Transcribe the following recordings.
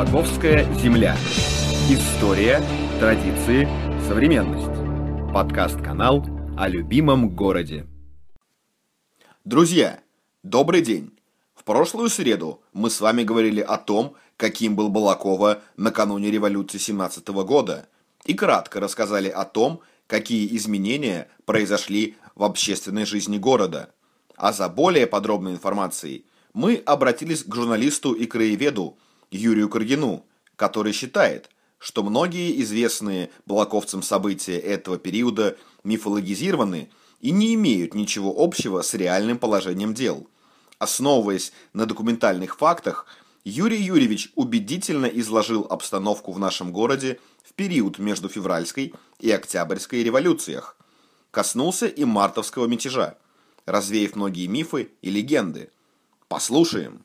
Балаковская земля. История, традиции, современность. Подкаст-канал о любимом городе. Друзья, добрый день! В прошлую среду мы с вами говорили о том, каким был Балаково накануне революции 17 года, и кратко рассказали о том, какие изменения произошли в общественной жизни города. А за более подробной информацией мы обратились к журналисту и краеведу Юрию Каргину, который считает, что многие известные балаковцам события этого периода мифологизированы и не имеют ничего общего с реальным положением дел. Основываясь на документальных фактах, Юрий Юрьевич убедительно изложил обстановку в нашем городе в период между февральской и октябрьской революциях. Коснулся и мартовского мятежа, развеяв многие мифы и легенды. Послушаем.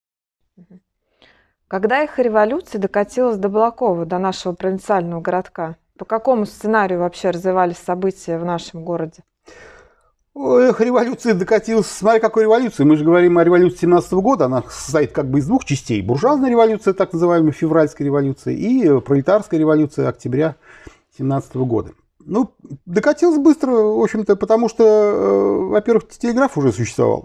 Когда эхо революции докатилось до Балакова, до нашего провинциального городка, по какому сценарию вообще развивались события в нашем городе? Эхо революции докатилось, смотря какой революции. Мы же говорим о революции 17 года, она состоит как бы из двух частей. Буржуазная революция, так называемая февральская революция, и пролетарская революция октября 17 года. Ну, докатилось быстро, в общем-то, потому что, во-первых, телеграф уже существовал.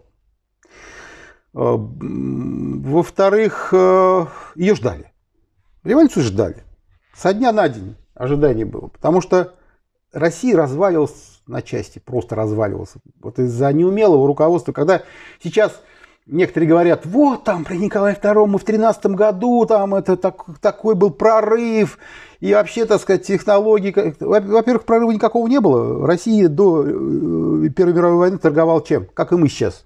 Во-вторых, ее ждали. Революцию ждали. Со дня на день ожидание было. Потому что Россия разваливалась на части, просто разваливалась. Вот из-за неумелого руководства. Когда сейчас некоторые говорят, вот там при Николае II мы в 13 году, там это такой был прорыв. И вообще, так сказать, технологии... Во-первых, прорыва никакого не было. Россия до Первой мировой войны торговала чем? Как и мы сейчас.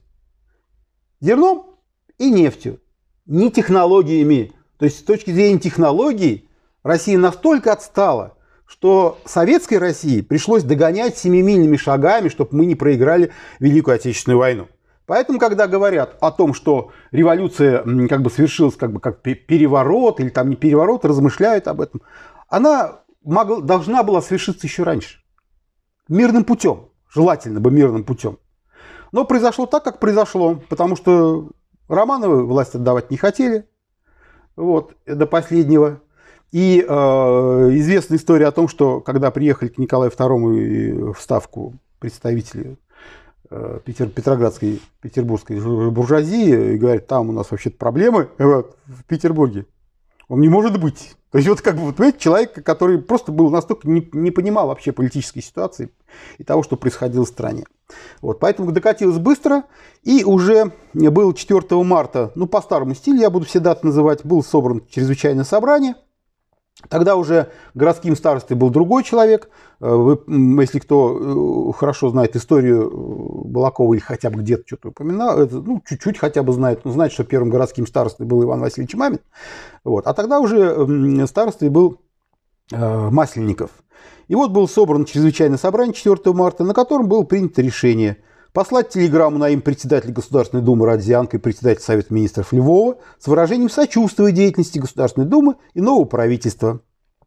Зерном и нефтью, не технологиями. То есть с точки зрения технологий Россия настолько отстала, что советской России пришлось догонять семимильными шагами, чтобы мы не проиграли Великую Отечественную войну. Поэтому, когда говорят о том, что революция как бы свершилась как переворот, или там не переворот, размышляют об этом, она должна была свершиться еще раньше. Мирным путем, желательно бы мирным путем. Но произошло так, как произошло, потому что Романовы власть отдавать не хотели, вот, до последнего. И известна история о том, что когда приехали к Николаю II в Ставку представители петроградской, петербургской буржуазии, и говорят, там у нас вообще-то проблемы в Петербурге, он не может быть. То есть, вот как бы, понимаете, человек, который просто был настолько не понимал вообще политической ситуации и того, что происходило в стране. Вот, поэтому докатилось быстро, и уже было 4 марта, ну, по старому стилю, я буду все даты называть, было собрано чрезвычайное собрание. Тогда уже городским старостой был другой человек. Если кто хорошо знает историю Балакова или хотя бы где-то что-то упоминал, ну, чуть-чуть хотя бы знает, но знает, что первым городским старостой был Иван Васильевич Мамин. Вот. А тогда уже старостой был Масленников. И вот было собрано чрезвычайное собрание 4 марта, на котором было принято решение послать телеграмму на имя председателя Государственной Думы Родзянко и председателя Совета Министров Львова с выражением сочувствия деятельности Государственной Думы и нового правительства.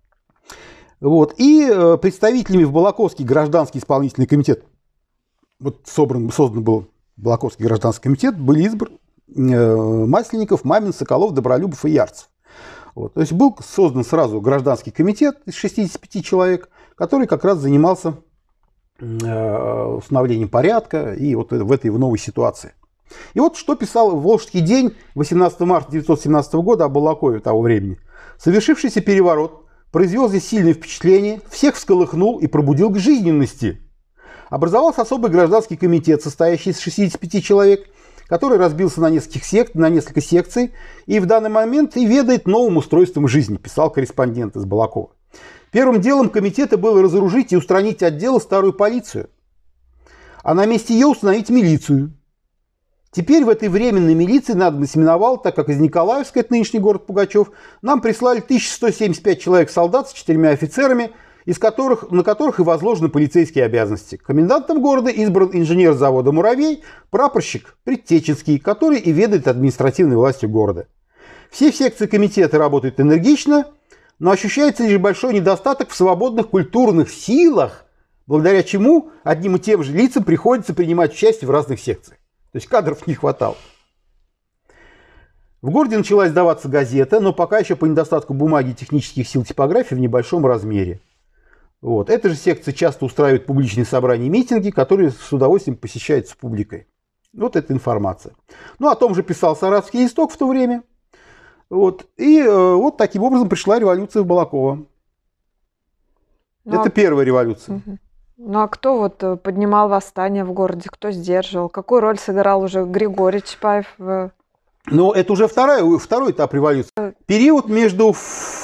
Вот. И представителями в Балаковский гражданский исполнительный комитет, вот создан был Балаковский гражданский комитет, были избраны Масленников, Мамин, Соколов, Добролюбов и Ярцев. Вот. То есть был создан сразу гражданский комитет из 65 человек, который как раз занимался установлением порядка и вот в этой новой ситуации. И вот что писал Волжский день 18 марта 1917 года о Балакове того времени. Совершившийся переворот произвел здесь сильное впечатление, всех всколыхнул и пробудил к жизненности. Образовался особый гражданский комитет, состоящий из 65 человек, который разбился на несколько секций и в данный момент и ведает новым устройством жизни, писал корреспондент из Балакова. Первым делом комитета было разоружить и устранить от дела старую полицию, а на месте ее установить милицию. Теперь в этой временной милиции надобность миновала, так как из Николаевска, это нынешний город Пугачев, нам прислали 1175 человек-солдат с 4 офицерами, на которых и возложены полицейские обязанности. Комендантом города избран инженер завода «Муравей», прапорщик Предтеченский, который и ведает административной властью города. Все секции комитета работают энергично, но ощущается лишь большой недостаток в свободных культурных силах, благодаря чему одним и тем же лицам приходится принимать участие в разных секциях. То есть кадров не хватало. В городе начала издаваться газета, но пока еще по недостатку бумаги и технических сил типографии в небольшом размере. Вот. Эта же секция часто устраивает публичные собрания и митинги, которые с удовольствием посещаются публикой. Вот эта информация. Ну, о том же писал «Саратовский листок» в то время. Вот. И вот таким образом пришла революция в Балаково. Это первая революция. Ну а кто вот поднимал восстание в городе, кто сдерживал? Какую роль сыграл уже Григорий Чапаев? Ну, это уже второй этап революции. Период между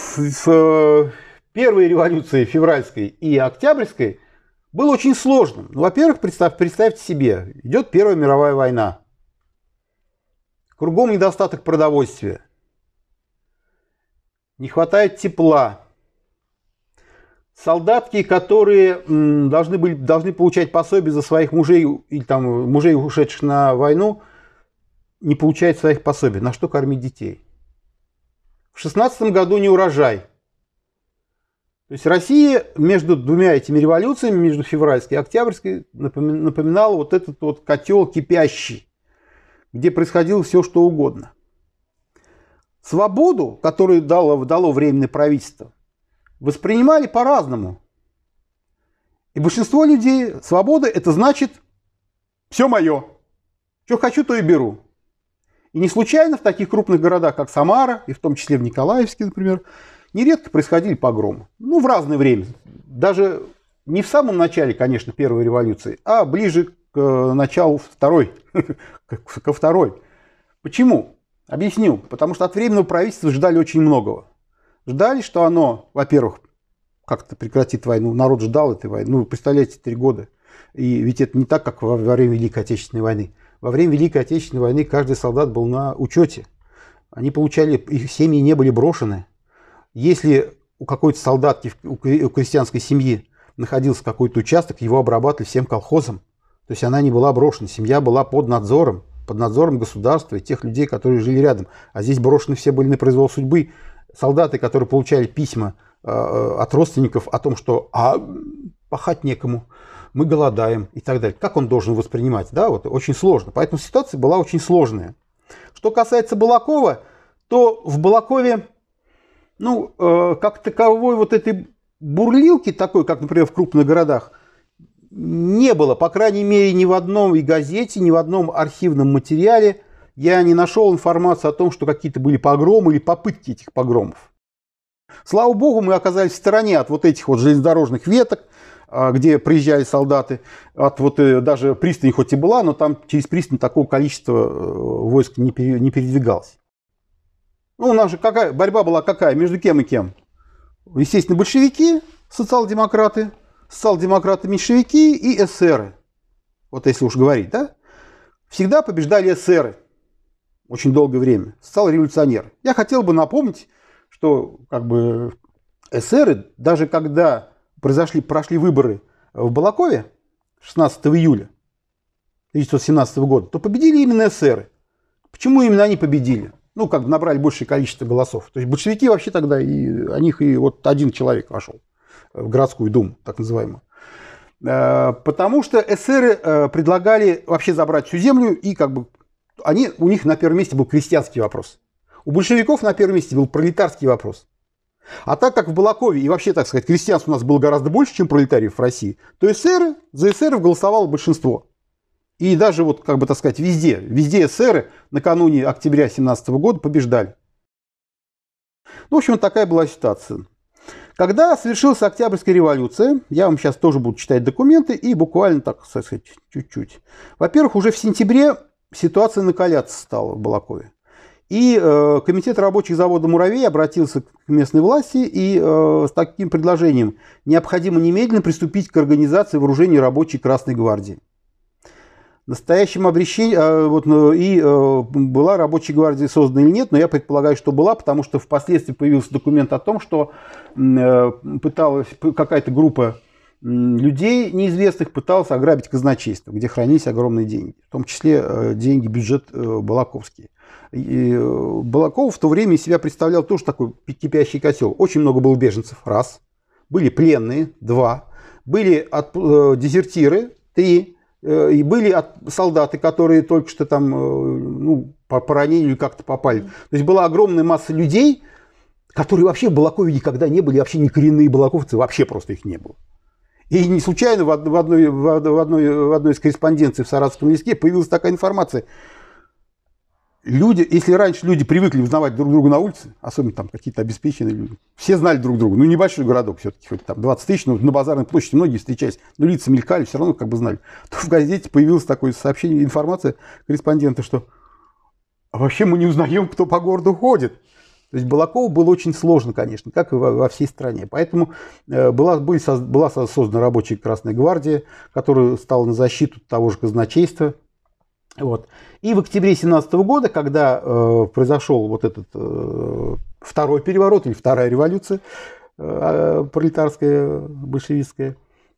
первой революцией февральской и октябрьской был очень сложным. Во-первых, представьте себе, идет Первая мировая война. Кругом недостаток продовольствия. Не хватает тепла. Солдатки, которые должны получать пособие за своих мужей, или там мужей, ушедших на войну, не получают своих пособий. На что кормить детей? В 16 году не урожай. То есть Россия между двумя этими революциями, между февральской и октябрьской, напоминала вот этот вот котел кипящий, где происходило все, что угодно. Свободу, которую дало Временное правительство, воспринимали по-разному. И большинство людей свобода – это значит «все мое, что хочу, то и беру». И не случайно в таких крупных городах, как Самара, и в том числе в Николаевске, например, нередко происходили погромы. Ну, в разное время. Даже не в самом начале, конечно, первой революции, а ближе к началу второй. Ко второй. Почему? Объясню. Потому что от Временного правительства ждали очень многого. Ждали, что оно, во-первых, как-то прекратит войну. Народ ждал этой войны. Ну, вы представляете, 3 года. И ведь это не так, как во время Великой Отечественной войны. Во время Великой Отечественной войны каждый солдат был на учете. Они получали, их семьи не были брошены. Если у какой-то солдатки, у крестьянской семьи находился какой-то участок, его обрабатывали всем колхозом. То есть она не была брошена. Семья была под надзором государства и тех людей, которые жили рядом. А здесь брошены все были на произвол судьбы. Солдаты, которые получали письма от родственников о том, что пахать некому, мы голодаем и так далее. Как он должен воспринимать? Да, вот очень сложно. Поэтому ситуация была очень сложная. Что касается Балакова, то в Балакове, ну, как таковой вот этой бурлилки такой, как, например, в крупных городах, не было. По крайней мере, ни в одном и газете, ни в одном архивном материале я не нашел информацию о том, что какие-то были погромы или попытки этих погромов. Слава богу, мы оказались в стороне от вот этих вот железнодорожных веток, где проезжали солдаты. От вот даже пристань хоть и была, но там через пристань такого количества войск не передвигалось. Ну, у нас же какая борьба была какая? Между кем и кем? Естественно, большевики, социал-демократы, меньшевики и эсеры. Вот если уж говорить, да? Всегда побеждали эсеры. Очень долгое время. Социал-революционеры. Я хотел бы напомнить, что как бы эсеры, даже когда прошли выборы в Балакове 16 июля 1917 года, то победили именно эсеры. Почему именно они победили? Ну, как бы набрали большее количество голосов. То есть большевики вообще тогда, о них и вот один человек вошел в городскую думу, так называемую. Потому что эсеры предлагали вообще забрать всю землю, и как бы у них на первом месте был крестьянский вопрос. У большевиков на первом месте был пролетарский вопрос. А так как в Балакове и вообще, так сказать, крестьянств у нас было гораздо больше, чем пролетариев в России, то за эсеров голосовало большинство. И даже вот, как бы так сказать, везде эсеры накануне октября 1917 года побеждали. Ну, в общем, вот такая была ситуация. Когда совершилась Октябрьская революция, я вам сейчас тоже буду читать документы и буквально, так сказать, чуть-чуть. Во-первых, уже в сентябре ситуация накаляться стала в Балакове. И комитет рабочих завода «Муравей» обратился к местной власти и с таким предложением: необходимо немедленно приступить к организации вооружений рабочей Красной гвардии. Настоящим была рабочая гвардия создана или нет, но я предполагаю, что была, потому что впоследствии появился документ о том, что пыталась какая-то группа людей неизвестных пыталась ограбить казначейство, где хранились огромные деньги, в том числе деньги, бюджет балаковский. И Балаков в то время из себя представлял тоже такой кипящий котел. Очень много было беженцев, раз. Были пленные, два. Были дезертиры, три. и были солдаты, которые только что там по ранению как-то попали. То есть была огромная масса людей, которые вообще в Балакове никогда не были, вообще не коренные балаковцы, вообще просто их не было. И не случайно в одной из корреспонденций в Саратовском листке появилась такая информация. Люди, если раньше люди привыкли узнавать друг друга на улице, особенно там какие-то обеспеченные люди, все знали друг друга. Ну, небольшой городок все-таки, хоть там 20 тысяч, но на Базарной площади многие встречались, но лица мелькали, все равно как бы знали. То в газете появилось такое сообщение, информация корреспондента, что вообще мы не узнаем, кто по городу ходит. То есть Балакову было очень сложно, конечно, как и во всей стране. Поэтому была создана рабочая Красная гвардия, которая стала на защиту того же казначейства. Вот. И в октябре 1917 года, когда произошел вот этот второй переворот или вторая революция пролетарская, большевистская,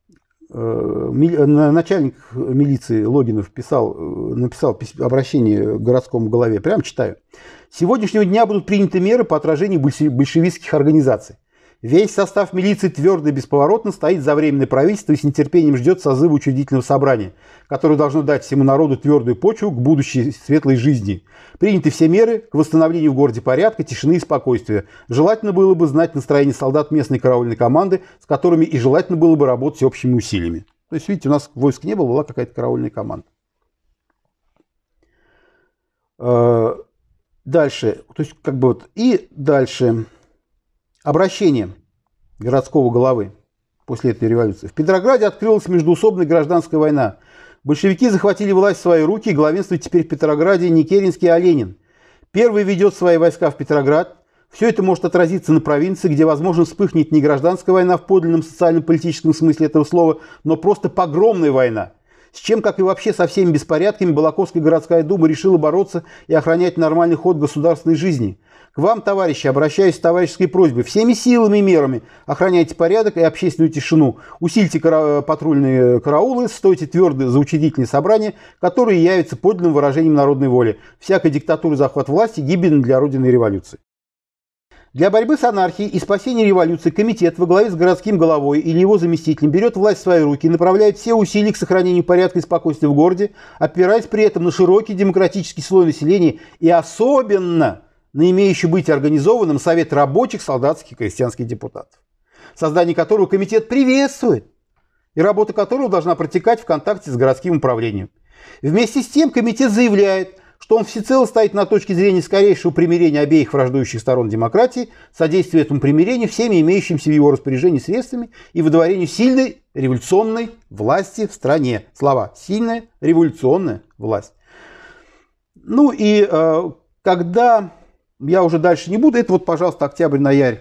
начальник милиции Логинов написал обращение к городскому главе. Прямо читаю. С сегодняшнего дня будут приняты меры по отражению большевистских организаций. Весь состав милиции твердо и бесповоротно стоит за Временное правительство и с нетерпением ждет созыва учредительного собрания, которое должно дать всему народу твердую почву к будущей светлой жизни. Приняты все меры к восстановлению в городе порядка, тишины и спокойствия. Желательно было бы знать настроение солдат местной караульной команды, с которыми и желательно было бы работать общими усилиями. То есть, видите, у нас войск не было, была какая-то караульная команда. Дальше, то есть, как бы вот, и дальше... Обращение городского главы после этой революции. В Петрограде открылась междоусобная гражданская война. Большевики захватили власть в свои руки, и главенствует теперь в Петрограде не Керенский, а Ленин. Первый ведет свои войска в Петроград. Все это может отразиться на провинции, где, возможно, вспыхнет не гражданская война в подлинном социально-политическом смысле этого слова, но просто погромная война. С чем, как и вообще со всеми беспорядками, Балаковская городская дума решила бороться и охранять нормальный ход государственной жизни. К вам, товарищи, обращаюсь с товарищеской просьбой. Всеми силами и мерами охраняйте порядок и общественную тишину. Усильте патрульные караулы, стойте твердо за учредительные собрания, которые явятся подлинным выражением народной воли. Всякая диктатура и захват власти гибельна для Родины и революции. Для борьбы с анархией и спасения революции комитет во главе с городским головой или его заместителем берет власть в свои руки и направляет все усилия к сохранению порядка и спокойствия в городе, опираясь при этом на широкий демократический слой населения и особенно на имеющий быть организованным Совет рабочих, солдатских и крестьянских депутатов, создание которого комитет приветствует и работа которого должна протекать в контакте с городским управлением. Вместе с тем комитет заявляет, что он всецело стоит на точке зрения скорейшего примирения обеих враждующих сторон демократии, содействия этому примирению всеми имеющимися в его распоряжении средствами и выдворению сильной революционной власти в стране. Слова «сильная революционная власть». Ну и когда... Я уже дальше не буду. Это вот, пожалуйста, октябрь-ноябрь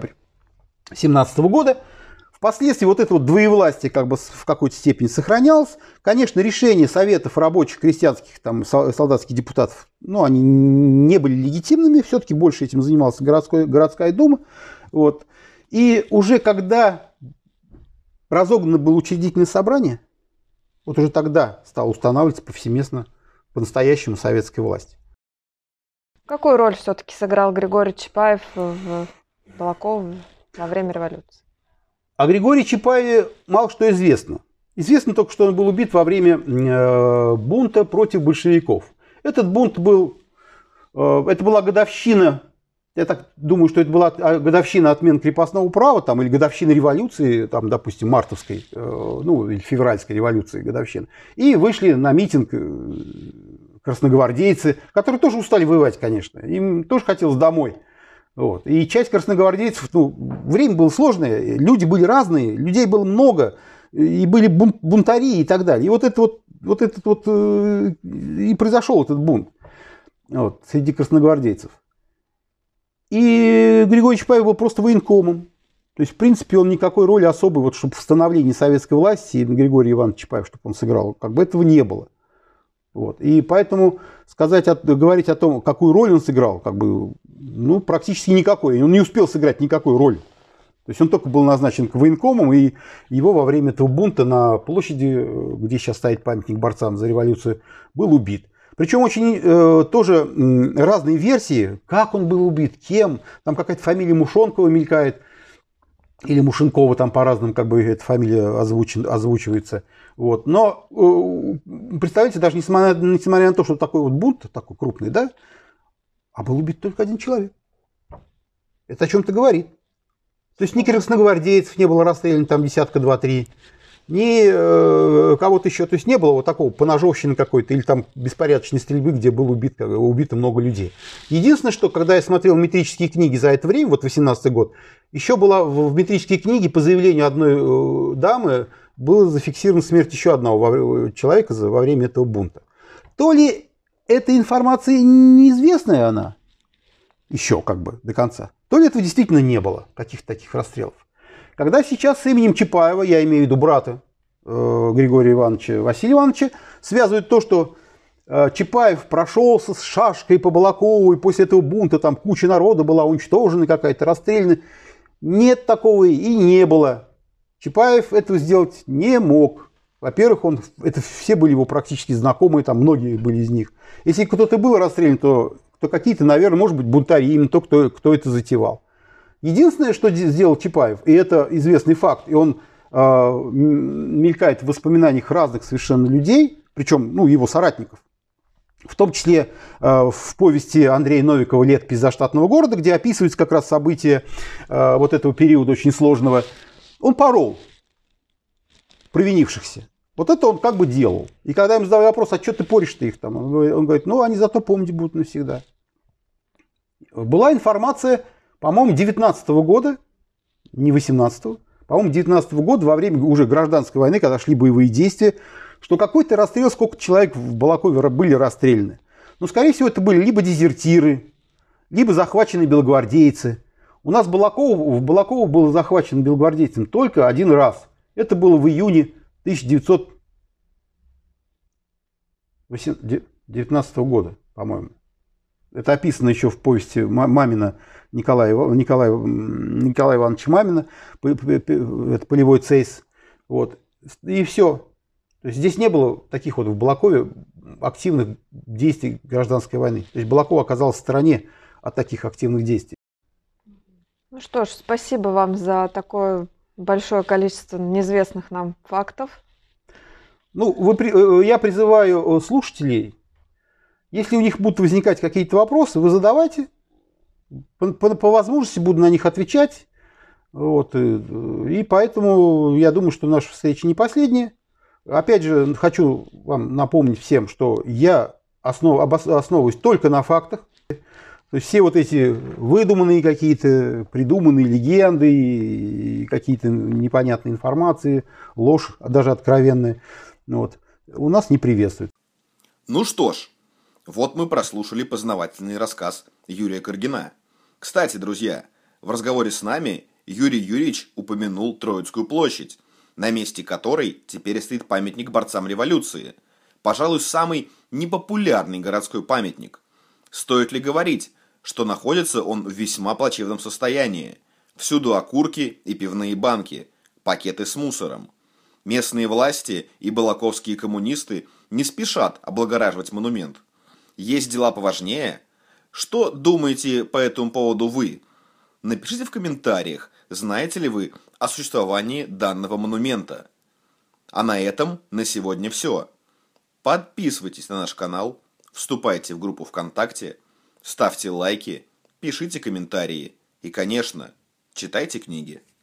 1917 года. Впоследствии вот это вот двоевластие как бы в какой-то степени сохранялось. Конечно, решения советов рабочих, крестьянских, там, солдатских депутатов, ну, они не были легитимными. Все-таки больше этим занималась городская дума. Вот. И уже когда разогнано было учредительное собрание, вот уже тогда стала устанавливаться повсеместно по-настоящему советская власть. Какую роль все-таки сыграл Григорий Чапаев в Балаково во время революции? О Григории Чапаеве мало что известно. Известно только, что он был убит во время бунта против большевиков. Этот бунт был... Это была годовщина... Я так думаю, что это была годовщина отмены крепостного права, там, или годовщина революции, там, допустим, мартовской, ну, или февральской революции годовщина. И вышли на митинг красногвардейцы, которые тоже устали воевать, конечно. Им тоже хотелось домой. Вот. И часть красногвардейцев, ну, время было сложное, люди были разные, людей было много, и были бунтари и так далее. И вот этот вот и произошел этот бунт вот, среди красногвардейцев. И Григорий Чапаев был просто военкомом. То есть, в принципе, он никакой роли особой, вот, чтобы в становлении советской власти Григорий Иванович Чапаев, чтобы он сыграл, как бы этого не было. Вот. И поэтому говорить о том, какую роль он сыграл, как бы, ну, практически никакой. Он не успел сыграть никакой роли. То есть он только был назначен военкомом, и его во время этого бунта на площади, где сейчас стоит памятник борцам за революцию, был убит. Причем очень тоже разные версии, как он был убит, кем. Там какая-то фамилия Мушонкова мелькает. или Мушенкова, там по-разному как бы эта фамилия озвучивается. Вот. Но, представляете, даже несмотря на то, что такой вот бунт, такой крупный, да, а был убит только один человек. Это о чем-то говорит. То есть ни красногвардейцев не было расстреляно, там десятка, два-три, ни кого-то еще. То есть не было вот такого поножовщины какой-то или там беспорядочной стрельбы, где было убито много людей. Единственное, что когда я смотрел метрические книги за это время, вот 18-й год, еще была в метрической книге по заявлению одной дамы была зафиксирована смерть еще одного человека во время этого бунта. То ли эта информация неизвестная она еще как бы до конца, то ли этого действительно не было, каких-то таких расстрелов. Когда сейчас с именем Чапаева, я имею в виду брата Григория Ивановича, Василия Ивановича, связывают то, что Чапаев прошелся с шашкой по Балакову, и после этого бунта там куча народа была уничтожена, какая-то расстреляна. Нет такого и не было. Чапаев этого сделать не мог. Во-первых, это все были его практически знакомые, там многие были из них. Если кто-то был расстрелян, то какие-то, наверное, может быть, бунтари, именно то, кто это затевал. Единственное, что сделал Чапаев, и это известный факт, и он мелькает в воспоминаниях разных совершенно людей, причем его соратников, в том числе в повести Андрея Новикова «Летопись заштатного города», где описываются как раз события вот этого периода очень сложного. Он порол провинившихся. Вот это он как бы делал. И когда им задали вопрос, а что ты поришь-то их там? Он говорит, они зато помнить будут навсегда. Была информация, по-моему, 19-го года, не 18-го, по-моему, 19-го года, во время уже гражданской войны, когда шли боевые действия, что какой-то расстрел, сколько человек в Балакове были расстреляны. Но, скорее всего, это были либо дезертиры, либо захваченные белогвардейцы. У нас в Балаково было захвачено белогвардейцем только один раз. Это было в июне 1919 года, по-моему. Это описано еще в повести Мамина Николая Ивановича Мамина, это полевой цейс. Вот. И все. То есть здесь не было таких вот в Балакове активных действий гражданской войны. То есть Балаково оказалось в стороне от таких активных действий. Ну что ж, спасибо вам за такое большое количество неизвестных нам фактов. Я призываю слушателей, если у них будут возникать какие-то вопросы, вы задавайте. По возможности буду на них отвечать. Вот. И поэтому я думаю, что наша встреча не последняя. Опять же, хочу вам напомнить всем, что я основываюсь только на фактах. То есть все вот эти выдуманные какие-то, придуманные легенды, какие-то непонятные информации, ложь, даже откровенная, у нас не приветствует. Ну что ж, вот мы прослушали познавательный рассказ Юрия Каргина. Кстати, друзья, в разговоре с нами Юрий Юрьевич упомянул Троицкую площадь, на месте которой теперь стоит памятник борцам революции. Пожалуй, самый непопулярный городской памятник. Стоит ли говорить, что находится он в весьма плачевном состоянии? Всюду окурки и пивные банки, пакеты с мусором. Местные власти и балаковские коммунисты не спешат облагораживать монумент. Есть дела поважнее? Что думаете по этому поводу вы? Напишите в комментариях, знаете ли вы о существовании данного монумента. А на этом на сегодня все. Подписывайтесь на наш канал, вступайте в группу ВКонтакте, ставьте лайки, пишите комментарии и, конечно, читайте книги.